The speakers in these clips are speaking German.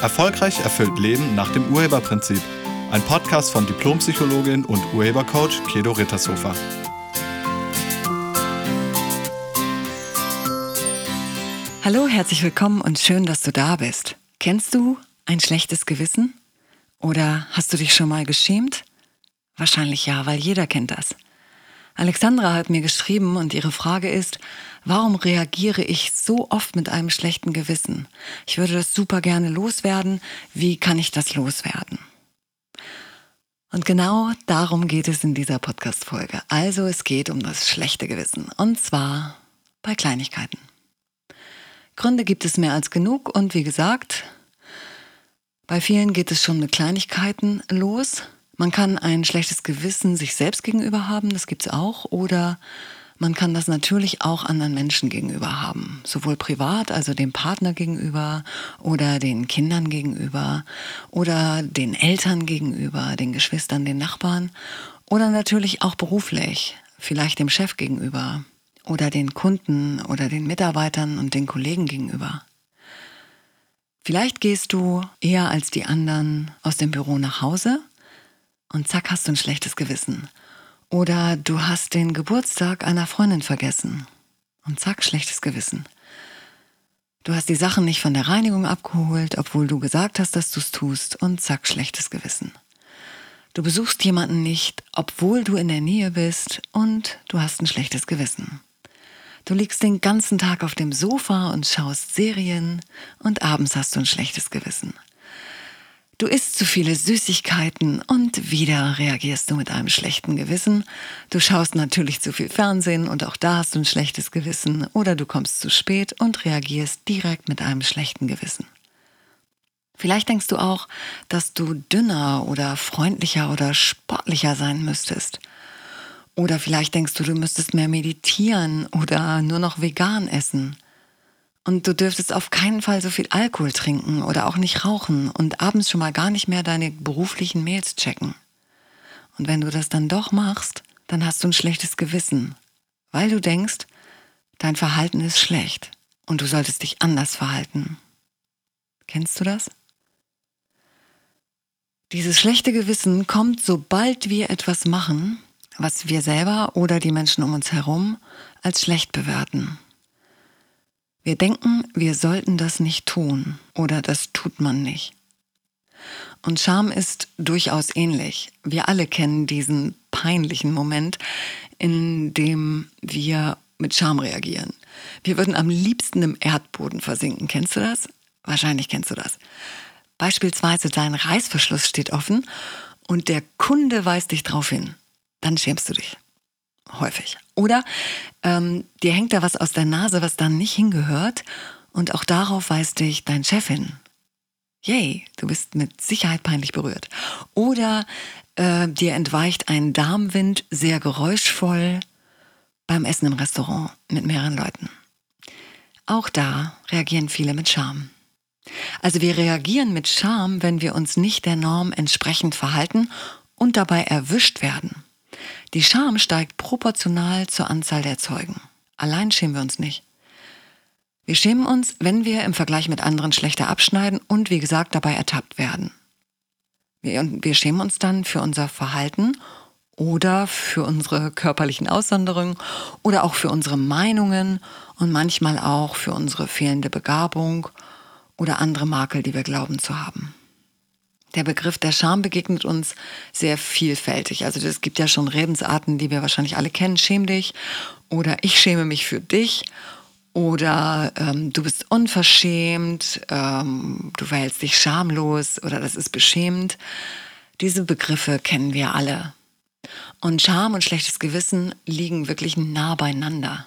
Erfolgreich erfüllt Leben nach dem Urheberprinzip. Ein Podcast von Diplompsychologin und Urhebercoach Kedo Rittershofer. Hallo, herzlich willkommen und schön, dass du da bist. Kennst du ein schlechtes Gewissen? Oder hast du dich schon mal geschämt? Wahrscheinlich ja, weil jeder kennt das. Alexandra hat mir geschrieben und ihre Frage ist, warum reagiere ich so oft mit einem schlechten Gewissen? Ich würde das super gerne loswerden. Wie kann ich das loswerden? Und genau darum geht es in dieser Podcast-Folge. Also es geht um das schlechte Gewissen. Und zwar bei Kleinigkeiten. Gründe gibt es mehr als genug und wie gesagt, bei vielen geht es schon mit Kleinigkeiten los. Man kann ein schlechtes Gewissen sich selbst gegenüber haben, das gibt es auch, oder man kann das natürlich auch anderen Menschen gegenüber haben. Sowohl privat, also dem Partner gegenüber oder den Kindern gegenüber oder den Eltern gegenüber, den Geschwistern, den Nachbarn oder natürlich auch beruflich, vielleicht dem Chef gegenüber oder den Kunden oder den Mitarbeitern und den Kollegen gegenüber. Vielleicht gehst du eher als die anderen aus dem Büro nach Hause und zack, hast du ein schlechtes Gewissen. Oder du hast den Geburtstag einer Freundin vergessen und zack, schlechtes Gewissen. Du hast die Sachen nicht von der Reinigung abgeholt, obwohl du gesagt hast, dass du es tust und zack, schlechtes Gewissen. Du besuchst jemanden nicht, obwohl du in der Nähe bist und du hast ein schlechtes Gewissen. Du liegst den ganzen Tag auf dem Sofa und schaust Serien und abends hast du ein schlechtes Gewissen. Du isst zu viele Süßigkeiten und wieder reagierst du mit einem schlechten Gewissen. Du schaust natürlich zu viel Fernsehen und auch da hast du ein schlechtes Gewissen. Oder du kommst zu spät und reagierst direkt mit einem schlechten Gewissen. Vielleicht denkst du auch, dass du dünner oder freundlicher oder sportlicher sein müsstest. Oder vielleicht denkst du, du müsstest mehr meditieren oder nur noch vegan essen. Und du dürftest auf keinen Fall so viel Alkohol trinken oder auch nicht rauchen und abends schon mal gar nicht mehr deine beruflichen Mails checken. Und wenn du das dann doch machst, dann hast du ein schlechtes Gewissen, weil du denkst, dein Verhalten ist schlecht und du solltest dich anders verhalten. Kennst du das? Dieses schlechte Gewissen kommt, sobald wir etwas machen, was wir selber oder die Menschen um uns herum als schlecht bewerten. Wir denken, wir sollten das nicht tun oder das tut man nicht. Und Scham ist durchaus ähnlich. Wir alle kennen diesen peinlichen Moment, in dem wir mit Scham reagieren. Wir würden am liebsten im Erdboden versinken. Kennst du das? Wahrscheinlich kennst du das. Beispielsweise dein Reißverschluss steht offen und der Kunde weist dich darauf hin. Dann schämst du dich. Häufig. Oder dir hängt da was aus der Nase, was dann nicht hingehört und auch darauf weist dich dein Chef hin. Yay, du bist mit Sicherheit peinlich berührt. Oder dir entweicht ein Darmwind sehr geräuschvoll beim Essen im Restaurant mit mehreren Leuten. Auch da reagieren viele mit Scham. Also wir reagieren mit Scham, wenn wir uns nicht der Norm entsprechend verhalten und dabei erwischt werden. Die Scham steigt proportional zur Anzahl der Zeugen. Allein schämen wir uns nicht. Wir schämen uns, wenn wir im Vergleich mit anderen schlechter abschneiden und wie gesagt dabei ertappt werden. Wir schämen uns dann für unser Verhalten oder für unsere körperlichen Aussonderungen oder auch für unsere Meinungen und manchmal auch für unsere fehlende Begabung oder andere Makel, die wir glauben zu haben. Der Begriff der Scham begegnet uns sehr vielfältig. Also es gibt ja schon Redensarten, die wir wahrscheinlich alle kennen. Schäm dich oder ich schäme mich für dich oder du bist unverschämt, du verhältst dich schamlos oder das ist beschämend. Diese Begriffe kennen wir alle. Und Scham und schlechtes Gewissen liegen wirklich nah beieinander.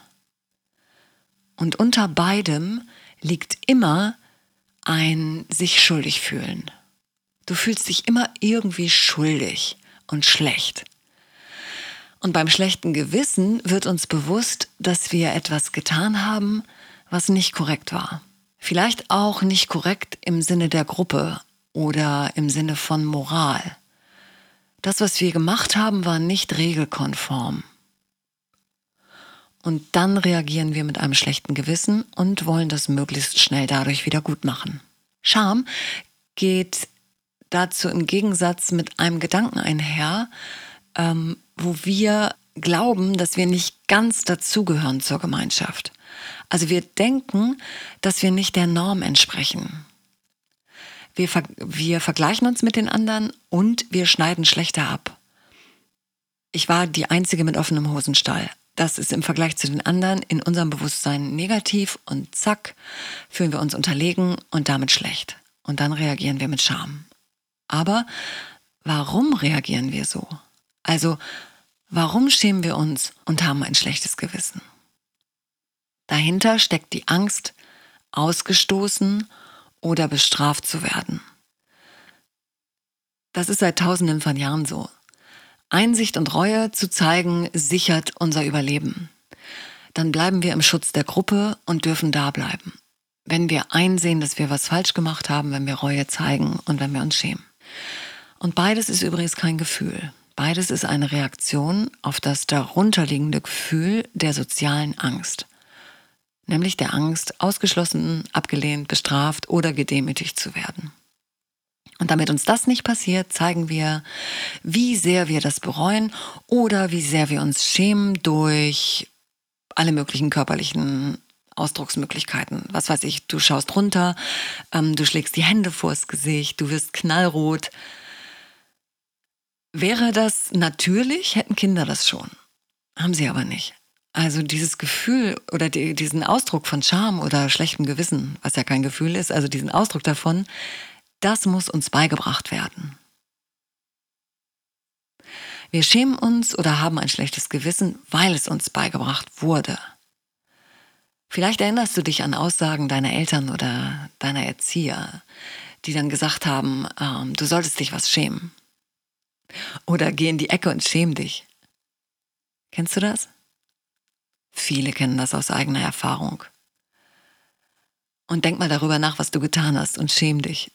Und unter beidem liegt immer ein sich schuldig fühlen. Du fühlst dich immer irgendwie schuldig und schlecht. Und beim schlechten Gewissen wird uns bewusst, dass wir etwas getan haben, was nicht korrekt war. Vielleicht auch nicht korrekt im Sinne der Gruppe oder im Sinne von Moral. Das, was wir gemacht haben, war nicht regelkonform. Und dann reagieren wir mit einem schlechten Gewissen und wollen das möglichst schnell dadurch wieder gut machen. Scham geht dazu im Gegensatz mit einem Gedanken einher, wo wir glauben, dass wir nicht ganz dazugehören zur Gemeinschaft. Also wir denken, dass wir nicht der Norm entsprechen. Wir vergleichen uns mit den anderen und wir schneiden schlechter ab. Ich war die Einzige mit offenem Hosenstall. Das ist im Vergleich zu den anderen in unserem Bewusstsein negativ und zack, fühlen wir uns unterlegen und damit schlecht. Und dann reagieren wir mit Scham. Aber warum reagieren wir so? Also, warum schämen wir uns und haben ein schlechtes Gewissen? Dahinter steckt die Angst, ausgestoßen oder bestraft zu werden. Das ist seit Tausenden von Jahren so. Einsicht und Reue zu zeigen, sichert unser Überleben. Dann bleiben wir im Schutz der Gruppe und dürfen da bleiben. Wenn wir einsehen, dass wir was falsch gemacht haben, wenn wir Reue zeigen und wenn wir uns schämen. Und beides ist übrigens kein Gefühl. Beides ist eine Reaktion auf das darunterliegende Gefühl der sozialen Angst. Nämlich der Angst, ausgeschlossen, abgelehnt, bestraft oder gedemütigt zu werden. Und damit uns das nicht passiert, zeigen wir, wie sehr wir das bereuen oder wie sehr wir uns schämen durch alle möglichen körperlichen Ausdrucksmöglichkeiten. Was weiß ich, du schaust runter, du schlägst die Hände vors Gesicht, du wirst knallrot. Wäre das natürlich, hätten Kinder das schon. Haben sie aber nicht. Also dieses Gefühl oder diesen Ausdruck von Scham oder schlechtem Gewissen, was ja kein Gefühl ist, also diesen Ausdruck davon, das muss uns beigebracht werden. Wir schämen uns oder haben ein schlechtes Gewissen, weil es uns beigebracht wurde. Vielleicht erinnerst du dich an Aussagen deiner Eltern oder deiner Erzieher, die dann gesagt haben, du solltest dich was schämen. Oder geh in die Ecke und schäm dich. Kennst du das? Viele kennen das aus eigener Erfahrung. Und denk mal darüber nach, was du getan hast und schäm dich.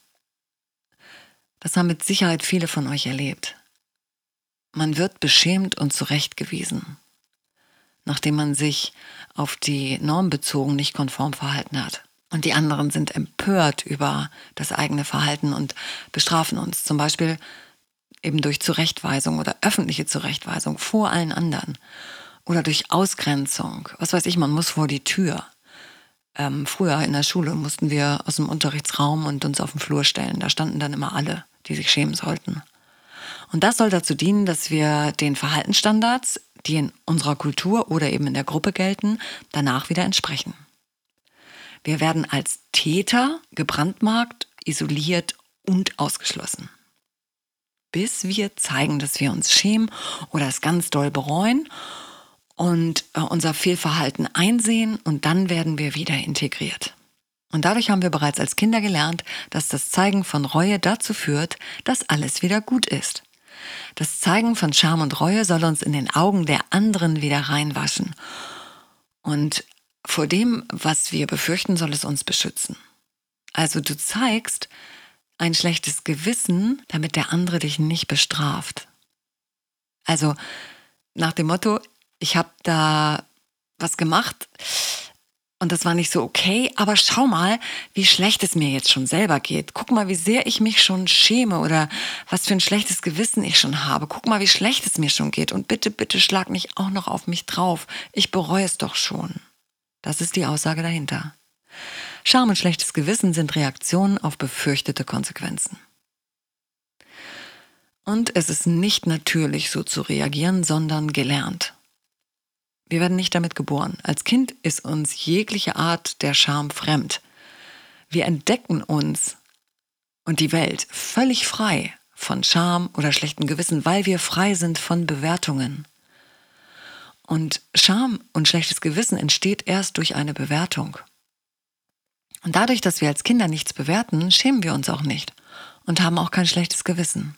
Das haben mit Sicherheit viele von euch erlebt. Man wird beschämt und zurechtgewiesen, nachdem man sich auf die Norm bezogen nicht konform verhalten hat. Und die anderen sind empört über das eigene Verhalten und bestrafen uns. Zum Beispiel eben durch Zurechtweisung oder öffentliche Zurechtweisung vor allen anderen. Oder durch Ausgrenzung. Was weiß ich, man muss vor die Tür. Früher in der Schule mussten wir aus dem Unterrichtsraum und uns auf den Flur stellen. Da standen dann immer alle, die sich schämen sollten. Und das soll dazu dienen, dass wir den Verhaltensstandards, die in unserer Kultur oder eben in der Gruppe gelten, danach wieder entsprechen. Wir werden als Täter gebrandmarkt, isoliert und ausgeschlossen. Bis wir zeigen, dass wir uns schämen oder es ganz doll bereuen und unser Fehlverhalten einsehen und dann werden wir wieder integriert. Und dadurch haben wir bereits als Kinder gelernt, dass das Zeigen von Reue dazu führt, dass alles wieder gut ist. Das Zeigen von Scham und Reue soll uns in den Augen der anderen wieder reinwaschen. Und vor dem, was wir befürchten, soll es uns beschützen. Also du zeigst ein schlechtes Gewissen, damit der andere dich nicht bestraft. Also nach dem Motto, ich habe da was gemacht und das war nicht so okay, aber schau mal, wie schlecht es mir jetzt schon selber geht. Guck mal, wie sehr ich mich schon schäme oder was für ein schlechtes Gewissen ich schon habe. Guck mal, wie schlecht es mir schon geht und bitte, bitte schlag nicht auch noch auf mich drauf. Ich bereue es doch schon. Das ist die Aussage dahinter. Scham und schlechtes Gewissen sind Reaktionen auf befürchtete Konsequenzen. Und es ist nicht natürlich, so zu reagieren, sondern gelernt. Wir werden nicht damit geboren. Als Kind ist uns jegliche Art der Scham fremd. Wir entdecken uns und die Welt völlig frei von Scham oder schlechtem Gewissen, weil wir frei sind von Bewertungen. Und Scham und schlechtes Gewissen entsteht erst durch eine Bewertung. Und dadurch, dass wir als Kinder nichts bewerten, schämen wir uns auch nicht und haben auch kein schlechtes Gewissen.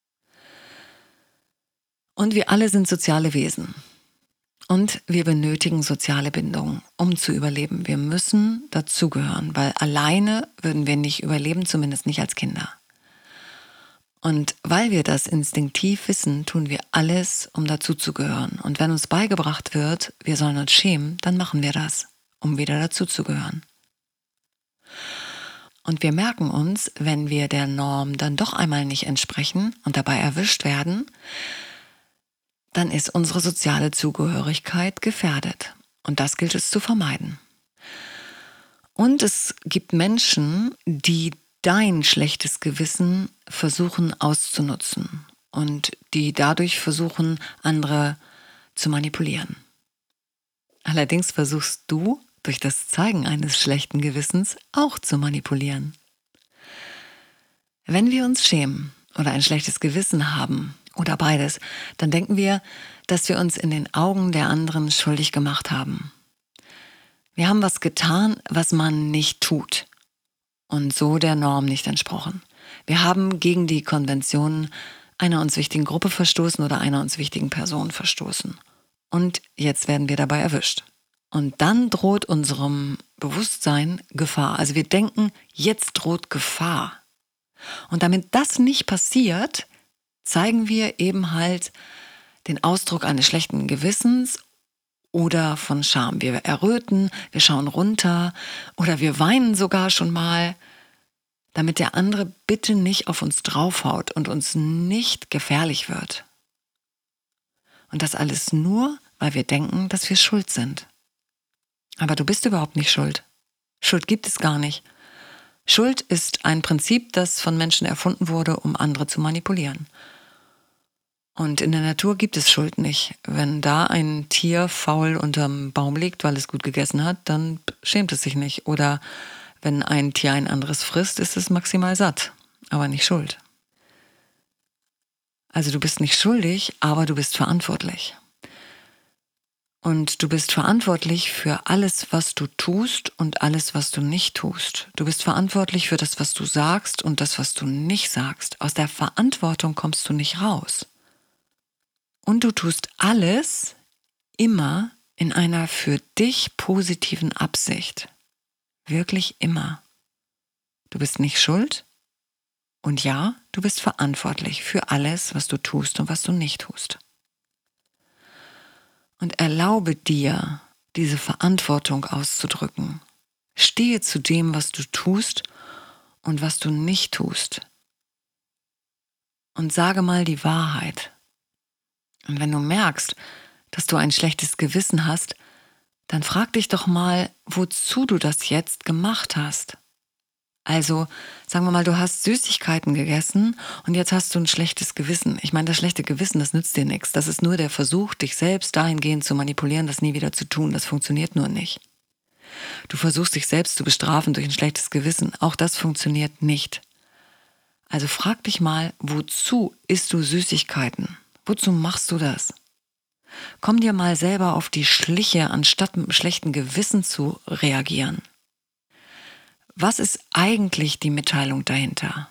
Und wir alle sind soziale Wesen. Und wir benötigen soziale Bindungen, um zu überleben. Wir müssen dazugehören, weil alleine würden wir nicht überleben, zumindest nicht als Kinder. Und weil wir das instinktiv wissen, tun wir alles, um dazuzugehören. Und wenn uns beigebracht wird, wir sollen uns schämen, dann machen wir das, um wieder dazuzugehören. Und wir merken uns, wenn wir der Norm dann doch einmal nicht entsprechen und dabei erwischt werden, dann ist unsere soziale Zugehörigkeit gefährdet. Und das gilt es zu vermeiden. Und es gibt Menschen, die dein schlechtes Gewissen versuchen auszunutzen und die dadurch versuchen, andere zu manipulieren. Allerdings versuchst du, durch das Zeigen eines schlechten Gewissens auch zu manipulieren. Wenn wir uns schämen oder ein schlechtes Gewissen haben oder beides, dann denken wir, dass wir uns in den Augen der anderen schuldig gemacht haben. Wir haben was getan, was man nicht tut und so der Norm nicht entsprochen. Wir haben gegen die Konventionen einer uns wichtigen Gruppe verstoßen oder einer uns wichtigen Person verstoßen. Und jetzt werden wir dabei erwischt. Und dann droht unserem Bewusstsein Gefahr. Also wir denken, jetzt droht Gefahr. Und damit das nicht passiert, zeigen wir eben halt den Ausdruck eines schlechten Gewissens oder von Scham. Wir erröten, wir schauen runter oder wir weinen sogar schon mal, damit der andere bitte nicht auf uns draufhaut und uns nicht gefährlich wird. Und das alles nur, weil wir denken, dass wir schuld sind. Aber du bist überhaupt nicht schuld. Schuld gibt es gar nicht. Schuld ist ein Prinzip, das von Menschen erfunden wurde, um andere zu manipulieren. Und in der Natur gibt es Schuld nicht. Wenn da ein Tier faul unterm Baum liegt, weil es gut gegessen hat, dann schämt es sich nicht. Oder wenn ein Tier ein anderes frisst, ist es maximal satt, aber nicht schuld. Also du bist nicht schuldig, aber du bist verantwortlich. Und du bist verantwortlich für alles, was du tust und alles, was du nicht tust. Du bist verantwortlich für das, was du sagst und das, was du nicht sagst. Aus der Verantwortung kommst du nicht raus. Und du tust alles immer in einer für dich positiven Absicht. Wirklich immer. Du bist nicht schuld und ja, du bist verantwortlich für alles, was du tust und was du nicht tust. Und erlaube dir, diese Verantwortung auszudrücken. Stehe zu dem, was du tust und was du nicht tust. Und sage mal die Wahrheit. Und wenn du merkst, dass du ein schlechtes Gewissen hast, dann frag dich doch mal, wozu du das jetzt gemacht hast. Also, sagen wir mal, du hast Süßigkeiten gegessen und jetzt hast du ein schlechtes Gewissen. Ich meine, das schlechte Gewissen, das nützt dir nichts. Das ist nur der Versuch, dich selbst dahingehend zu manipulieren, das nie wieder zu tun. Das funktioniert nur nicht. Du versuchst, dich selbst zu bestrafen durch ein schlechtes Gewissen. Auch das funktioniert nicht. Also frag dich mal, wozu isst du Süßigkeiten? Wozu machst du das? Komm dir mal selber auf die Schliche, anstatt mit einem schlechten Gewissen zu reagieren. Was ist eigentlich die Mitteilung dahinter,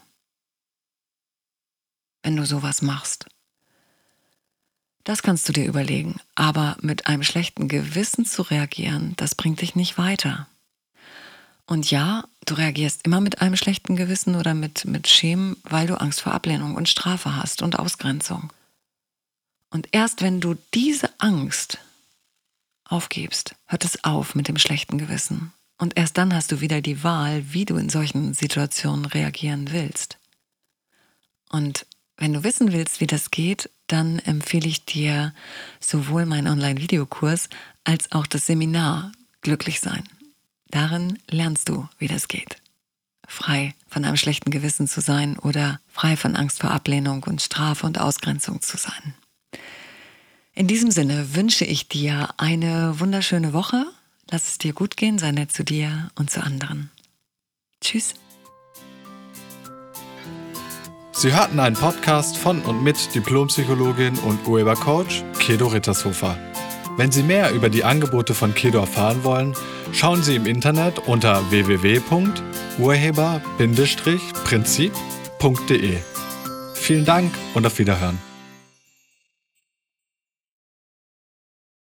wenn du sowas machst? Das kannst du dir überlegen, aber mit einem schlechten Gewissen zu reagieren, das bringt dich nicht weiter. Und ja, du reagierst immer mit einem schlechten Gewissen oder mit Schämen, weil du Angst vor Ablehnung und Strafe hast und Ausgrenzung. Und erst wenn du diese Angst aufgibst, hört es auf mit dem schlechten Gewissen. Und erst dann hast du wieder die Wahl, wie du in solchen Situationen reagieren willst. Und wenn du wissen willst, wie das geht, dann empfehle ich dir sowohl meinen Online-Videokurs als auch das Seminar Glücklich sein. Darin lernst du, wie das geht. Frei von einem schlechten Gewissen zu sein oder frei von Angst vor Ablehnung und Strafe und Ausgrenzung zu sein. In diesem Sinne wünsche ich dir eine wunderschöne Woche. Lass es dir gut gehen, sei nett zu dir und zu anderen. Tschüss. Sie hörten einen Podcast von und mit Diplompsychologin und Urhebercoach Kedo Rittershofer. Wenn Sie mehr über die Angebote von Kedo erfahren wollen, schauen Sie im Internet unter www.urheber-prinzip.de. Vielen Dank und auf Wiederhören.